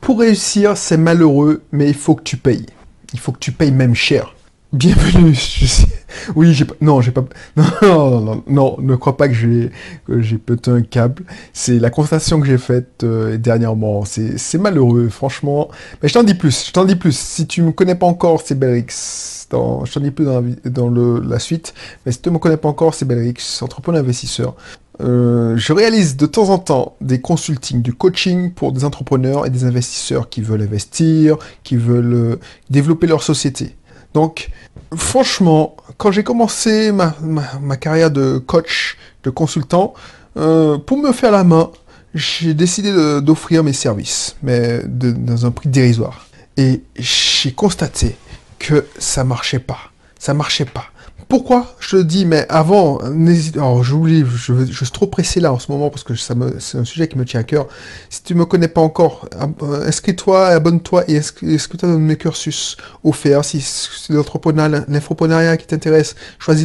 Pour réussir, c'est malheureux, mais il faut que tu payes. Il faut que tu payes même cher. Bienvenue, je sais. Oui, j'ai pas... Non, j'ai pas... Non, ne crois pas que j'ai pété un câble. C'est la constatation que j'ai faite dernièrement. C'est malheureux, franchement. Mais je t'en dis plus. Si tu me connais pas encore, c'est Belrix. Je t'en dis plus dans la suite. Mais si tu me connais pas encore, c'est Belrix, entrepreneur investisseur. Je réalise de temps en temps des consultings, du coaching pour des entrepreneurs et des investisseurs qui veulent investir, qui veulent développer leur société. Donc, franchement, quand j'ai commencé ma carrière de coach, de consultant, pour me faire la main, j'ai décidé d'offrir mes services, mais dans un prix dérisoire. Et j'ai constaté que ça marchait pas. Ça marchait pas. Pourquoi je te dis, mais avant, n'hésite... Alors, j'oublie, je suis trop pressé là en ce moment parce que c'est un sujet qui me tient à cœur. Si tu me connais pas encore, inscris-toi, abonne-toi et est-ce que tu as un de mes cursus offerts. Si c'est l'infoprenariat qui t'intéresse, choisis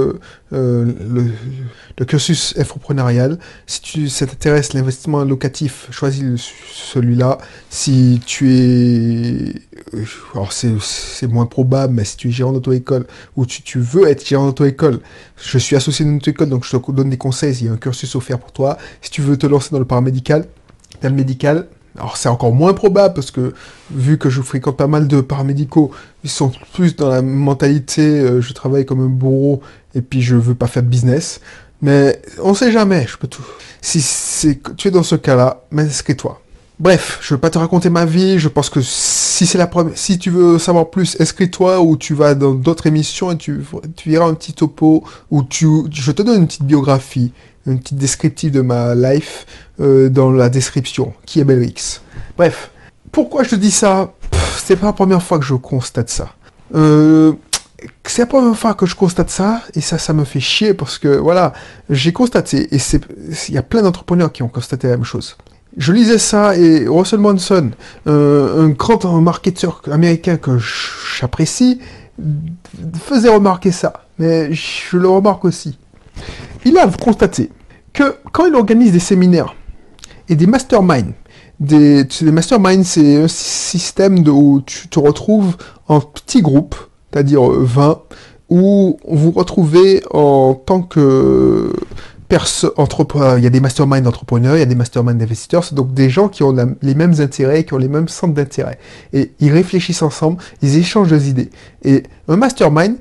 le cursus infoprenarial. Si ça t'intéresse l'investissement locatif, choisis celui-là. Si tu es... Alors, c'est moins probable, mais si tu es gérant d'auto-école ou tu veux être gérant d'auto-école, je suis associé d'une auto-école, donc je te donne des conseils, il y a un cursus offert pour toi. Si tu veux te lancer dans le paramédical, alors c'est encore moins probable parce que vu que je fréquente pas mal de paramédicaux, ils sont plus dans la mentalité je travaille comme un bourreau et puis je veux pas faire de business. Mais on sait jamais, je peux tout. Si tu es dans ce cas-là, inscris-toi. Bref, je ne veux pas te raconter ma vie, je pense que si tu veux savoir plus, inscris-toi ou tu vas dans d'autres émissions et tu verras un petit topo où je te donne une petite biographie, une petite descriptive de ma life dans la description, qui est Belrix. Bref, pourquoi je te dis ça? C'est pas la première fois que je constate ça. C'est la première fois que je constate ça, et ça me fait chier parce que, voilà, j'ai constaté, et il y a plein d'entrepreneurs qui ont constaté la même chose. Je lisais ça et Russell Brunson, un grand marketeur américain que j'apprécie, faisait remarquer ça. Mais je le remarque aussi. Il a constaté que quand il organise des séminaires et des masterminds, des masterminds, c'est un système où tu te retrouves en petits groupes, c'est-à-dire 20, où vous retrouvez en tant que... il y a des masterminds d'entrepreneurs, il y a des masterminds d'investisseurs, c'est donc des gens qui ont les mêmes intérêts, qui ont les mêmes centres d'intérêt. Et ils réfléchissent ensemble, ils échangent des idées. Et un mastermind,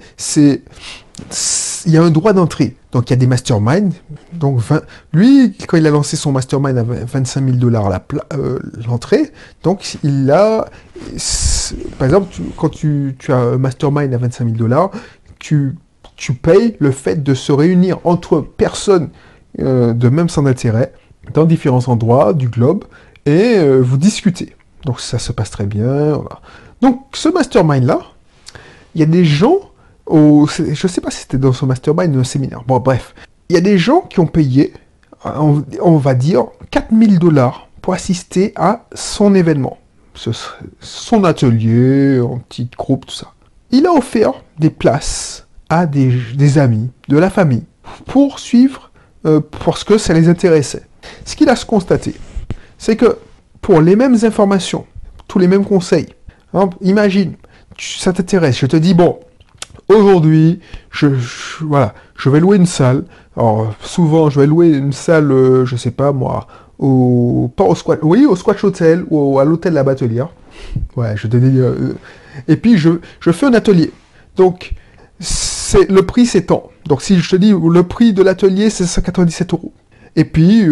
il y a un droit d'entrée. Donc il y a des masterminds, donc lui, quand il a lancé son mastermind à 25 000 $ l'entrée, donc il a, par exemple, quand tu as un mastermind à 25 000 $, tu payes le fait de se réunir entre personnes de même centre d'intérêt dans différents endroits du globe et vous discutez. Donc ça se passe très bien. Voilà. Donc ce mastermind-là, il y a des gens, je ne sais pas si c'était dans ce mastermind ou un séminaire, bon bref, il y a des gens qui ont payé, on va dire, 4 000 $ pour assister à son événement, son atelier, en petit groupe, tout ça. Il a offert des places à des amis, de la famille, pour suivre, parce que ça les intéressait. Ce qu'il a constaté, c'est que pour les mêmes informations, tous les mêmes conseils, hein, imagine, ça t'intéresse, je te dis, bon, aujourd'hui, voilà, je vais louer une salle. Alors, souvent, je vais louer une salle, je sais pas moi, pas au squat, oui, au Squatch Hotel ou à l'hôtel La Batelière. Ouais, je te dis, et puis je fais un atelier. Donc, le prix s'étend. Donc si je te dis le prix de l'atelier c'est 197 €. Et puis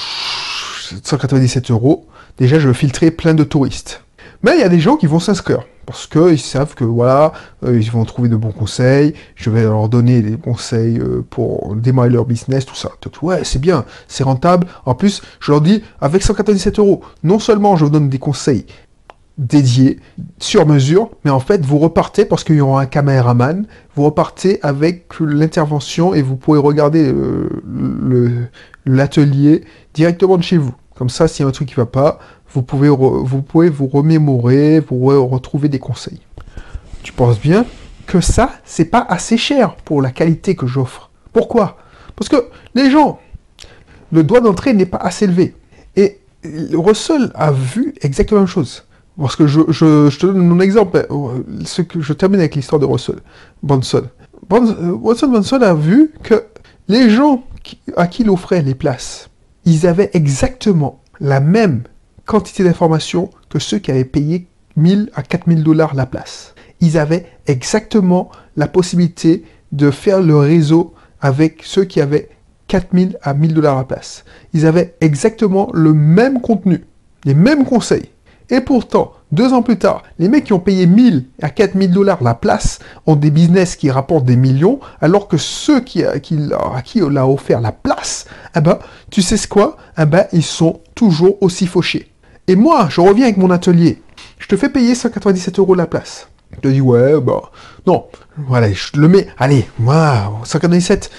197 €, déjà je vais filtrer plein de touristes. Mais il y a des gens qui vont s'inscrire parce qu'ils savent que voilà, ils vont trouver de bons conseils, je vais leur donner des conseils pour démarrer leur business, tout ça. Donc, ouais, c'est bien, c'est rentable. En plus, je leur dis, avec 197 €, non seulement je vous donne des conseils dédié, sur mesure, mais en fait, vous repartez, parce qu'il y aura un caméraman, vous repartez avec l'intervention et vous pourrez regarder l'atelier directement de chez vous. Comme ça, s'il y a un truc qui ne va pas, vous pouvez vous remémorer, vous retrouver des conseils. Tu penses bien que ça, c'est pas assez cher pour la qualité que j'offre. Pourquoi? Parce que les gens, le droit d'entrée n'est pas assez élevé. Et Russell a vu exactement la même chose. Parce que je te donne mon exemple. Je termine avec l'histoire de Russell Brunson. Russell Brunson a vu que les gens à qui il offrait les places, ils avaient exactement la même quantité d'informations que ceux qui avaient payé 1000 à 4000 dollars la place. Ils avaient exactement la possibilité de faire le réseau avec ceux qui avaient 4000 à 1000 dollars la place. Ils avaient exactement le même contenu, les mêmes conseils. Et pourtant, 2 ans plus tard, les mecs qui ont payé 1000 à 4000 dollars la place ont des business qui rapportent des millions, alors que ceux à qui on a offert la place, eh ben, tu sais quoi? Eh ben, ils sont toujours aussi fauchés. Et moi, je reviens avec mon atelier. Je te fais payer 197 € la place. Je te dis, ouais, bah, non. Voilà, je le mets. Allez, moi, 197,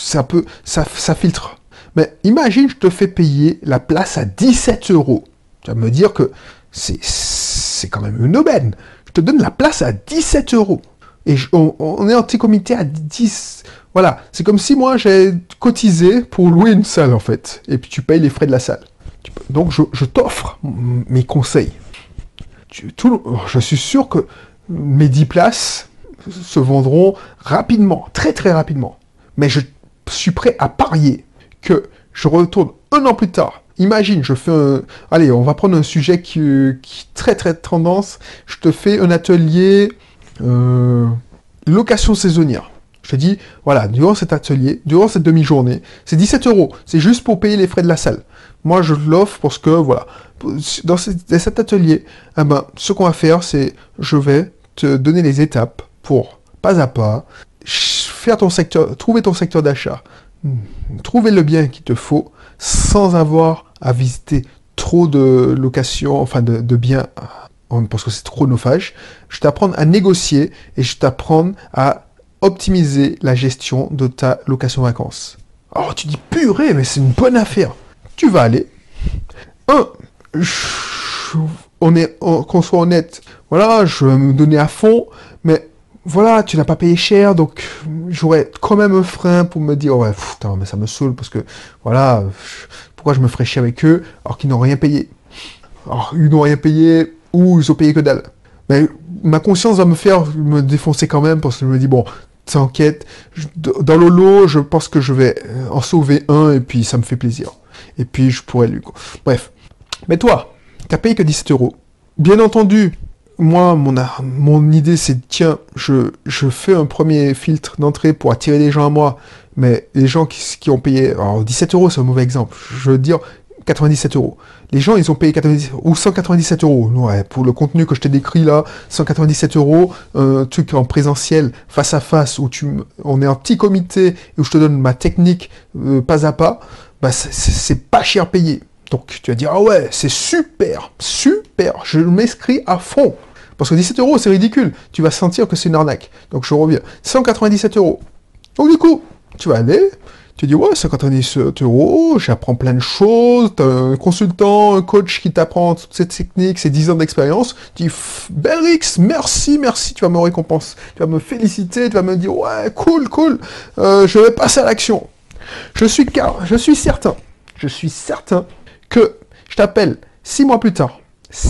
ça filtre. Mais imagine, je te fais payer la place à 17 €. Tu vas me dire que c'est quand même une aubaine. Je te donne la place à 17 €. Et on est en petit comité à 10. Voilà, c'est comme si moi j'ai cotisé pour louer une salle en fait. Et puis tu payes les frais de la salle. Donc je t'offre mes conseils. Je suis sûr que mes 10 places se vendront rapidement, très très rapidement. Mais je suis prêt à parier que je retourne 1 an plus tard. Imagine, je fais un... Allez, on va prendre un sujet qui est très très tendance. Je te fais un atelier location saisonnière. Je te dis, voilà, durant cet atelier, durant cette demi-journée, c'est 17 €. C'est juste pour payer les frais de la salle. Moi, je l'offre parce que, voilà, dans cet atelier, eh ben, ce qu'on va faire, c'est, je vais te donner les étapes pour, pas à pas, faire ton secteur, trouver ton secteur d'achat, trouver le bien qu'il te faut, sans avoir à visiter trop de locations, enfin de biens, parce que c'est chronophage. Je t'apprends à négocier et je t'apprends à optimiser la gestion de ta location vacances. Alors tu dis, purée, mais c'est une bonne affaire. Tu vas aller. Qu'on soit honnête, voilà, je vais me donner à fond, mais voilà, tu n'as pas payé cher, donc j'aurais quand même un frein pour me dire, ouais, putain, mais ça me saoule, parce que, voilà, pourquoi je me ferais chier avec eux, alors qu'ils n'ont rien payé. Alors, ils n'ont rien payé, ou ils ont payé que dalle. Mais ma conscience va me défoncer quand même, parce que je me dis, bon, t'inquiète, dans le lot, je pense que je vais en sauver un, et puis ça me fait plaisir. Et puis je pourrais lui... Bref. Mais toi, t'as payé que 17 €. Bien entendu, moi, mon idée, c'est, tiens, je fais un premier filtre d'entrée pour attirer les gens à moi, mais les gens qui ont payé... Alors, 17 €, c'est un mauvais exemple. Je veux dire 97 €. Les gens, ils ont payé 97 ou 197 €. Ouais, pour le contenu que je t'ai décrit là, 197 €, un truc en présentiel, face à face, où on est en petit comité, où je te donne ma technique pas à pas, bah c'est pas cher payé. Donc tu vas dire, ah ouais, c'est super, super, je m'inscris à fond. Parce que 17 € c'est ridicule, tu vas sentir que c'est une arnaque. Donc je reviens, 197 €. Donc du coup, tu vas aller, tu dis, ouais, 197 €, j'apprends plein de choses, t'as un consultant, un coach qui t'apprend toute cette technique, ces 10 ans d'expérience, tu dis, Belrix, merci, tu vas me récompenser, tu vas me féliciter, tu vas me dire, ouais, cool, je vais passer à l'action. Je suis certain que je t'appelle 6 mois plus tard,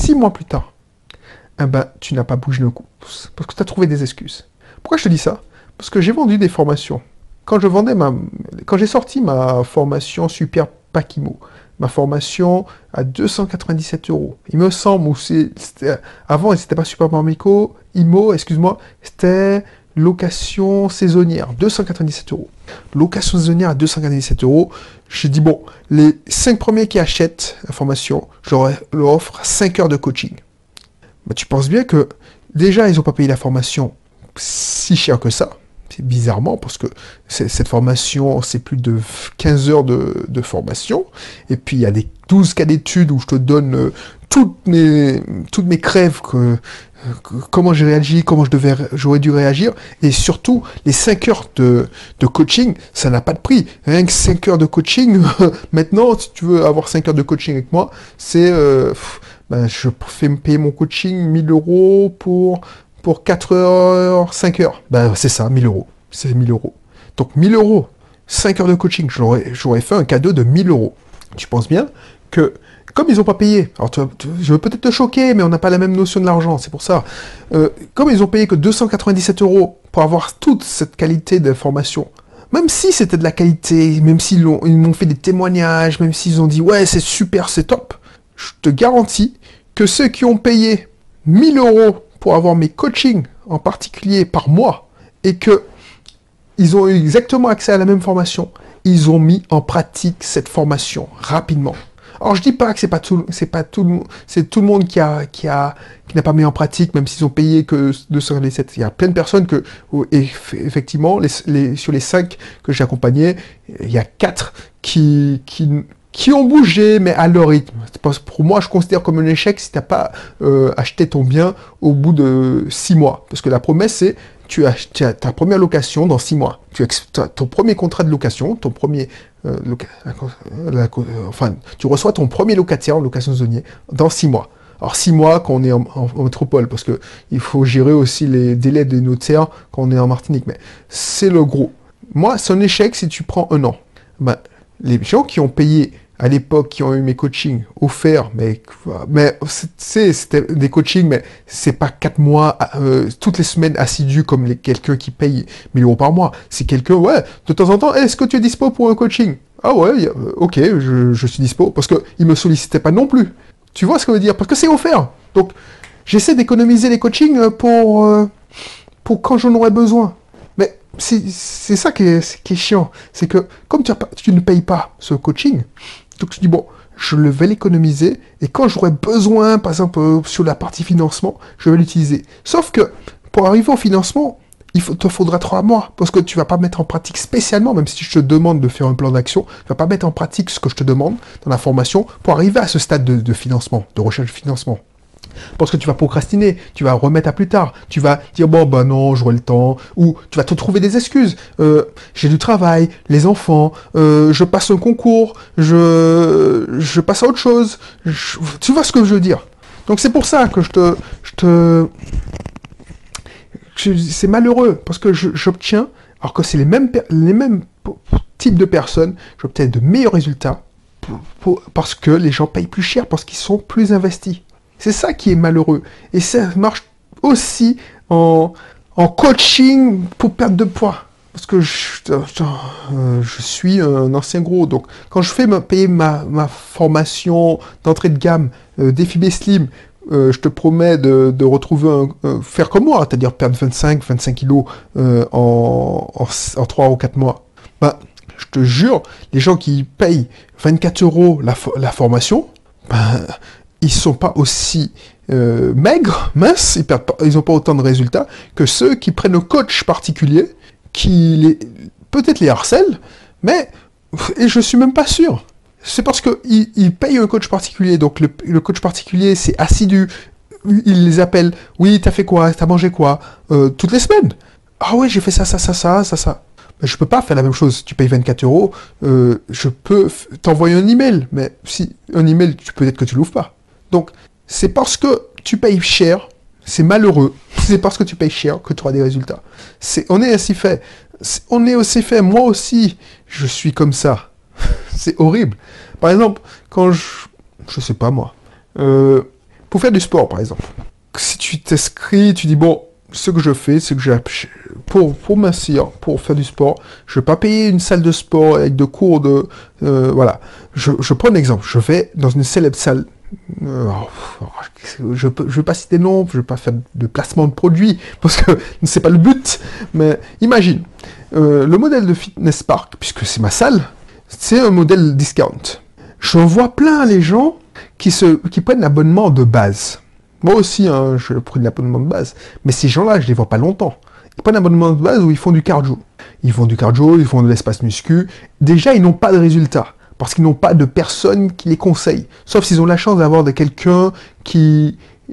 eh ben, tu n'as pas bougé le coup, parce que tu as trouvé des excuses. Pourquoi je te dis ça? Parce que j'ai vendu des formations. Quand j'ai sorti ma formation Super Pakimo, ma formation à 297 €, il me semble, avant, c'était pas Super Pakimo, excuse-moi, c'était location saisonnière, 297 €. Location saisonnière à 297 €. J'ai dit, bon, les 5 premiers qui achètent la formation, je leur offre 5 heures de coaching. Mais tu penses bien que, déjà, ils n'ont pas payé la formation si cher que ça. C'est bizarrement, parce que cette formation, c'est plus de 15 heures de formation. Et puis, il y a des 12 cas d'études où je te donne toutes mes crèves, comment j'ai réagi, comment j'aurais dû réagir. Et surtout, les 5 heures de coaching, ça n'a pas de prix. Rien que 5 heures de coaching, maintenant, si tu veux avoir 5 heures de coaching avec moi, c'est... je fais me payer mon coaching 1000 € pour 4 heures, 5 heures. Ben, c'est ça, 1000 €. C'est 1000 €. Donc, 1000 €, 5 heures de coaching, j'aurais fait un cadeau de 1000 €. Tu penses bien que, comme ils n'ont pas payé, alors je veux peut-être te choquer, mais on n'a pas la même notion de l'argent, c'est pour ça. Comme ils ont payé que 297 € pour avoir toute cette qualité d'information, même si c'était de la qualité, même ils m'ont fait des témoignages, même s'ils ont dit ouais c'est super, c'est top, je te garantis que ceux qui ont payé 1 000 € pour avoir mes coachings en particulier par mois et que ils ont eu exactement accès à la même formation, ils ont mis en pratique cette formation rapidement. Alors je dis pas que c'est tout le monde qui n'a pas mis en pratique, même s'ils ont payé que 297. Il y a plein de personnes effectivement, sur les 5 que j'ai accompagnés, il y a 4 qui ont bougé, mais à leur rythme. Pour moi, je considère comme un échec si t'as pas acheté ton bien au bout de 6 mois. Parce que la promesse, c'est tu as ta première location dans 6 mois. Tu as ton premier contrat de location, ton premier... tu reçois ton premier locataire en location saisonnier dans 6 mois. Alors 6 mois quand on est en métropole, parce que il faut gérer aussi les délais des notaires quand on est en Martinique. Mais c'est le gros. Moi, c'est un échec si tu prends 1 an. Ben, les gens qui ont payé à l'époque, qui ont eu mes coachings offerts, mais c'était des coachings, mais c'est pas 4 mois, toutes les semaines assidus comme quelqu'un qui paye 1 000 € par mois. C'est quelqu'un, ouais, de temps en temps, est-ce que tu es dispo pour un coaching? Ah ouais, ok, je suis dispo, parce qu'ils me sollicitaient pas non plus. Tu vois ce que je veux dire? Parce que c'est offert. Donc, j'essaie d'économiser les coachings pour quand j'en aurai besoin. Mais c'est ça qui est chiant. C'est que, comme tu ne payes pas ce coaching, donc tu dis, bon, je vais l'économiser, et quand j'aurai besoin, par exemple, sur la partie financement, je vais l'utiliser. Sauf que, pour arriver au financement, te faudra 3 mois, parce que tu vas pas mettre en pratique spécialement, même si je te demande de faire un plan d'action, tu vas pas mettre en pratique ce que je te demande dans la formation pour arriver à ce stade de financement, de recherche de financement. Parce que tu vas procrastiner, tu vas remettre à plus tard, tu vas dire bon bah non, j'aurai le temps, ou tu vas te trouver des excuses. J'ai du travail, les enfants, je passe un concours, je passe à autre chose. Tu vois ce que je veux dire? Donc c'est pour ça que c'est malheureux parce que j'obtiens, alors que c'est les mêmes types de personnes, j'obtiens de meilleurs résultats parce que les gens payent plus cher parce qu'ils sont plus investis. C'est ça qui est malheureux. Et ça marche aussi en coaching pour perdre de poids. Parce que je suis un ancien gros. Donc, quand je fais payer ma formation d'entrée de gamme Défi Slim, je te promets de retrouver faire comme moi, c'est-à-dire perdre 25 kilos en 3 ou 4 mois. Bah, je te jure, les gens qui payent 24 € la formation, bah, ils sont pas aussi maigres, minces, ils n'ont pas autant de résultats que ceux qui prennent un coach particulier, qui peut-être les harcèlent, mais et je suis même pas sûr. C'est parce qu'ils payent un coach particulier, donc le coach particulier c'est assidu, il les appelle, oui t'as fait quoi, t'as mangé quoi, toutes les semaines. Ah ouais j'ai fait ça. Mais je peux pas faire la même chose. Tu payes 24 €, je peux t'envoyer un email, mais si un email, peut-être que tu l'ouvres pas. Donc, c'est parce que tu payes cher, c'est malheureux, c'est parce que tu payes cher que tu auras des résultats. On est ainsi fait. Moi aussi, je suis comme ça. C'est horrible. Par exemple, quand je sais pas moi, pour faire du sport, par exemple, si tu t'inscris, tu dis, bon, ce que je fais, c'est que pour mincir, pour faire du sport, je vais pas payer une salle de sport avec de cours de... voilà. Je prends un exemple. Je vais dans une célèbre salle. Je vais pas citer de nom, je vais pas faire de placement de produits, parce que c'est pas le but, mais imagine, le modèle de Fitness Park, puisque c'est ma salle, c'est un modèle discount. Je vois plein les gens qui prennent l'abonnement de base. Moi aussi, hein, je prends l'abonnement de base, mais ces gens-là, je les vois pas longtemps. Ils prennent l'abonnement de base où ils font du cardio. Ils font de l'espace muscu. Déjà, ils n'ont pas de résultats. Parce qu'ils n'ont pas de personne qui les conseille. Sauf s'ils ont la chance d'avoir de quelqu'un qui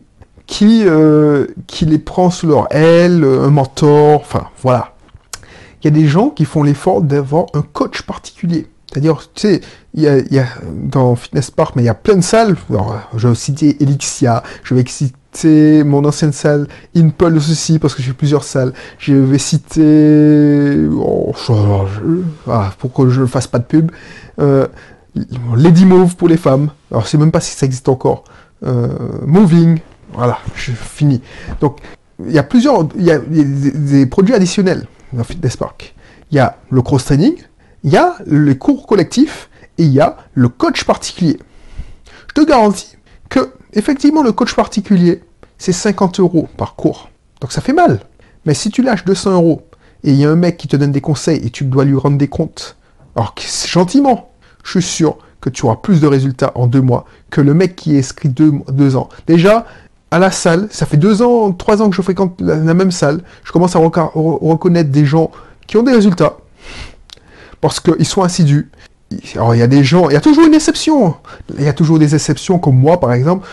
les prend sous leur aile, un mentor, enfin, voilà. Il y a des gens qui font l'effort d'avoir un coach particulier. C'est-à-dire, tu sais, il y a dans Fitness Park, mais il y a plein de salles. Alors, je vais citer Elixia, je vais citer mon ancienne salle, Impulse aussi, parce que j'ai plusieurs salles. Je vais citer... pour que je ne fasse pas de pub. Lady Move pour les femmes. Alors, je sais même pas si ça existe encore. Moving. Voilà, je finis. Donc, il y a des produits additionnels dans Fitness Park. Il y a le cross-training, il y a les cours collectifs et il y a le coach particulier. Je te garantis que, effectivement, le coach particulier, c'est 50 € par cours. Donc ça fait mal. Mais si tu lâches 200 € et il y a un mec qui te donne des conseils et tu dois lui rendre des comptes, alors gentiment, je suis sûr que tu auras plus de résultats en 2 mois que le mec qui est inscrit 2 ans. Déjà, à la salle, ça fait 2 ans, 3 ans que je fréquente la même salle, je commence à reconnaître des gens qui ont des résultats parce qu'ils sont assidus. Alors il y a des gens, il y a toujours une exception. Il y a toujours des exceptions comme moi par exemple.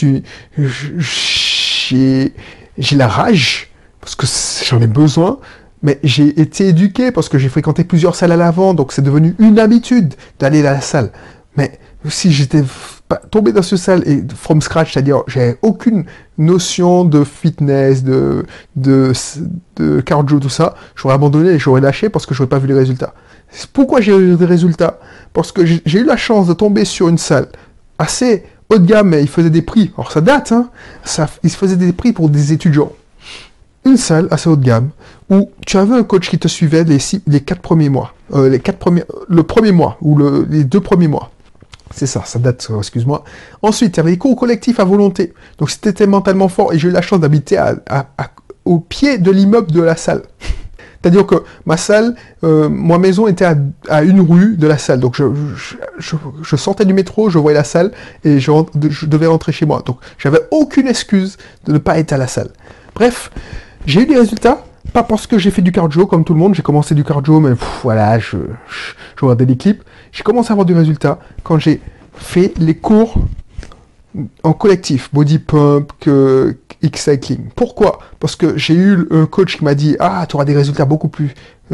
J'ai la rage parce que j'en ai besoin. Mais j'ai été éduqué parce que j'ai fréquenté plusieurs salles à l'avant, donc c'est devenu une habitude d'aller à la salle. Mais si j'étais tombé dans cette salle et from scratch, c'est-à-dire j'avais aucune notion de fitness, de cardio, tout ça, j'aurais abandonné et j'aurais lâché parce que j'aurais pas vu les résultats. Pourquoi j'ai eu des résultats? Parce que j'ai eu la chance de tomber sur une salle assez haut de gamme, mais il faisait des prix. Alors ça date, hein. Il se faisait des prix pour des étudiants. Une salle assez haut de gamme où tu avais un coach qui te suivait les 4 premiers mois. Le premier mois ou les 2 premiers mois. C'est ça date, excuse-moi. Ensuite, il y avait les cours collectifs à volonté. Donc, si tu étais mentalement fort, et j'ai eu la chance d'habiter au pied de l'immeuble de la salle. C'est-à-dire que ma salle, ma maison était à une rue de la salle. Donc, je sortais du métro, je voyais la salle et je devais rentrer chez moi. Donc, j'avais aucune excuse de ne pas être à la salle. Bref, j'ai eu des résultats, pas parce que j'ai fait du cardio comme tout le monde, j'ai commencé du cardio, mais voilà, je regardais des clips. J'ai commencé à avoir des résultats quand j'ai fait les cours en collectif, body pump, X-cycling. Pourquoi? Parce que j'ai eu un coach qui m'a dit « Ah, tu auras des résultats beaucoup plus...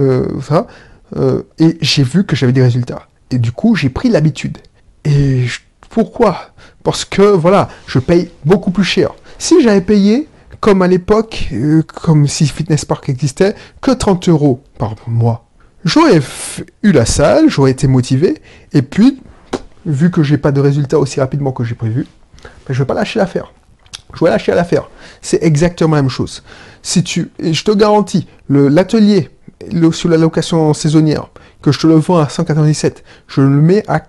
et j'ai vu que j'avais des résultats. Et du coup, j'ai pris l'habitude. Et pourquoi? Parce que, voilà, je paye beaucoup plus cher. Si j'avais payé... comme à l'époque, comme si Fitness Park existait, que 30 € par mois. J'aurais eu la salle, j'aurais été motivé, et puis, vu que j'ai pas de résultats aussi rapidement que j'ai prévu, ben, je vais pas lâcher l'affaire. Je vais lâcher l'affaire. C'est exactement la même chose. Et je te garantis, l'atelier sur la location saisonnière, que je te le vends à 197, je le mets à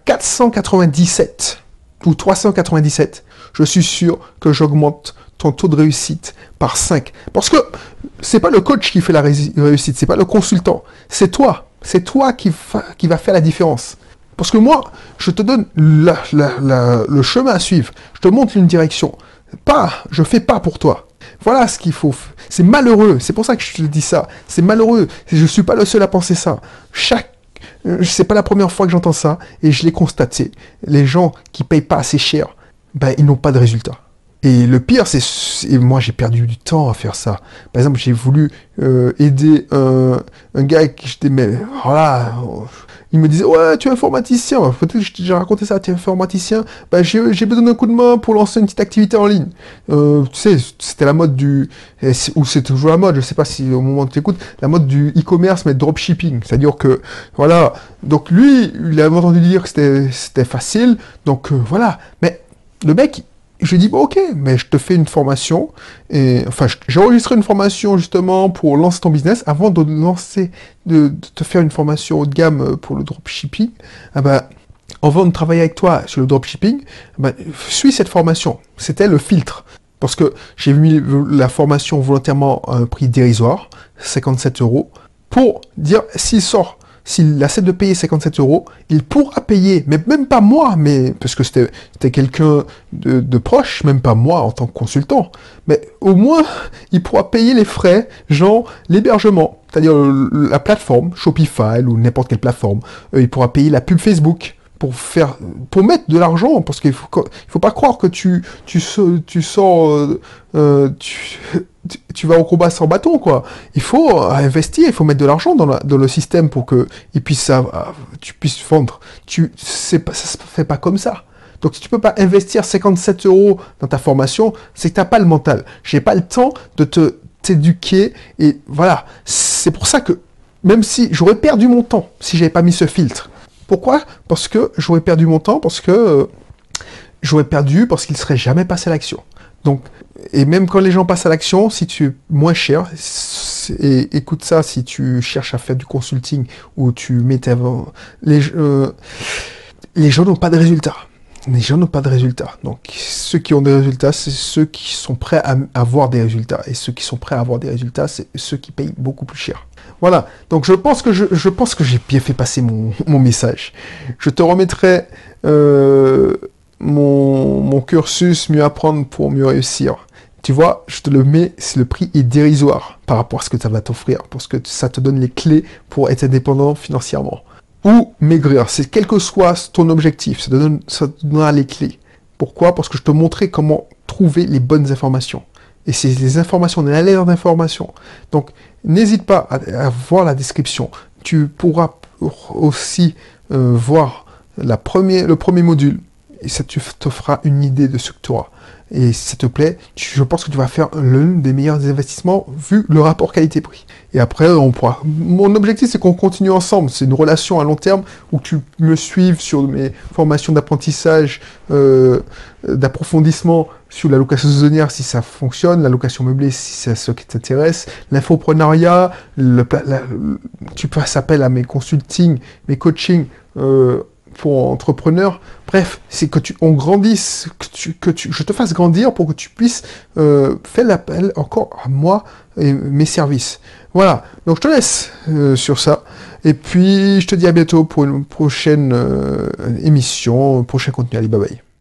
497 ou 397. Je suis sûr que j'augmente ton taux de réussite par 5. Parce que c'est pas le coach qui fait la réussite, c'est pas le consultant, c'est toi. C'est toi qui va faire la différence. Parce que moi, je te donne le chemin à suivre. Je te montre une direction. Je fais pas pour toi. Voilà ce qu'il faut. C'est malheureux. C'est pour ça que je te dis ça. C'est malheureux. Je suis pas le seul à penser ça. C'est pas la première fois que j'entends ça et je l'ai constaté. Les gens qui payent pas assez cher, ben ils n'ont pas de résultats. Et le pire, et moi j'ai perdu du temps à faire ça. Par exemple, j'ai voulu aider un gars qui j'étais, mais voilà, il me disait ouais, tu es informaticien. Peut-être que j'ai raconté ça, tu es informaticien. Bah, j'ai besoin d'un coup de main pour lancer une petite activité en ligne. Tu sais, c'était la mode ou c'est toujours la mode. Je sais pas si au moment où tu écoutes, la mode du e-commerce mais dropshipping. C'est-à-dire que voilà. Donc lui, il avait entendu dire que c'était facile. Donc voilà. Mais le mec je lui ai dit, bon, ok, mais je te fais une formation. J'ai enregistré une formation justement pour lancer ton business avant de te faire une formation haut de gamme pour le dropshipping. Avant de travailler avec toi sur le dropshipping, suis cette formation. C'était le filtre. Parce que j'ai mis la formation volontairement à un prix dérisoire, 57 €, pour dire s'il accepte de payer 57 €, il pourra payer, mais même pas moi, parce que c'était quelqu'un de proche, même pas moi en tant que consultant, mais au moins, il pourra payer les frais, genre l'hébergement, c'est-à-dire la plateforme, Shopify ou n'importe quelle plateforme, il pourra payer la pub Facebook, pour mettre de l'argent, parce qu'il faut pas croire que tu vas au combat sans bâton, quoi. Il faut investir, il faut mettre de l'argent dans le système pour que tu puisses vendre. Ça se fait pas comme ça. Donc si tu peux pas investir 57 € dans ta formation, c'est que t'as pas le mental. J'ai pas le temps de t'éduquer, et voilà. C'est pour ça que, même si j'aurais perdu mon temps si j'avais pas mis ce filtre. Pourquoi? Parce que j'aurais perdu mon temps, parce que j'aurais perdu parce qu'ils ne seraient jamais passés à l'action. Donc, et même quand les gens passent à l'action, si tu es moins cher, et écoute ça, si tu cherches à faire du consulting ou tu mets les gens n'ont pas de résultats. Les gens n'ont pas de résultats. Donc, ceux qui ont des résultats, c'est ceux qui sont prêts à avoir des résultats. Et ceux qui sont prêts à avoir des résultats, c'est ceux qui payent beaucoup plus cher. Voilà. Donc, je pense que j'ai bien fait passer mon message. Je te remettrai mon cursus mieux apprendre pour mieux réussir. Tu vois, je te le mets, le prix est dérisoire par rapport à ce que ça va t'offrir, parce que ça te donne les clés pour être indépendant financièrement. Ou maigrir, c'est quel que soit ton objectif, ça te donnera les clés. Pourquoi? Parce que je te montrerai comment trouver les bonnes informations. Et c'est les informations, on est à l'ère d'informations. Donc, n'hésite pas à voir la description. Tu pourras aussi voir le premier module, et ça te fera une idée de ce que tu auras. Et si ça te plaît, je pense que tu vas faire l'un des meilleurs investissements vu le rapport qualité-prix. Et après, on pourra. Mon objectif, c'est qu'on continue ensemble. C'est une relation à long terme où tu me suives sur mes formations d'apprentissage, d'approfondissement sur la location saisonnière si ça fonctionne, la location meublée si c'est ce qui t'intéresse, l'infoprenariat, tu passes appel à mes consultings, mes coachings. Pour entrepreneurs, bref, c'est que on grandisse, je te fasse grandir pour que tu puisses faire l'appel encore à moi et mes services. Voilà, donc je te laisse sur ça, et puis je te dis à bientôt pour une prochaine émission, prochain contenu. Allez, bye bye.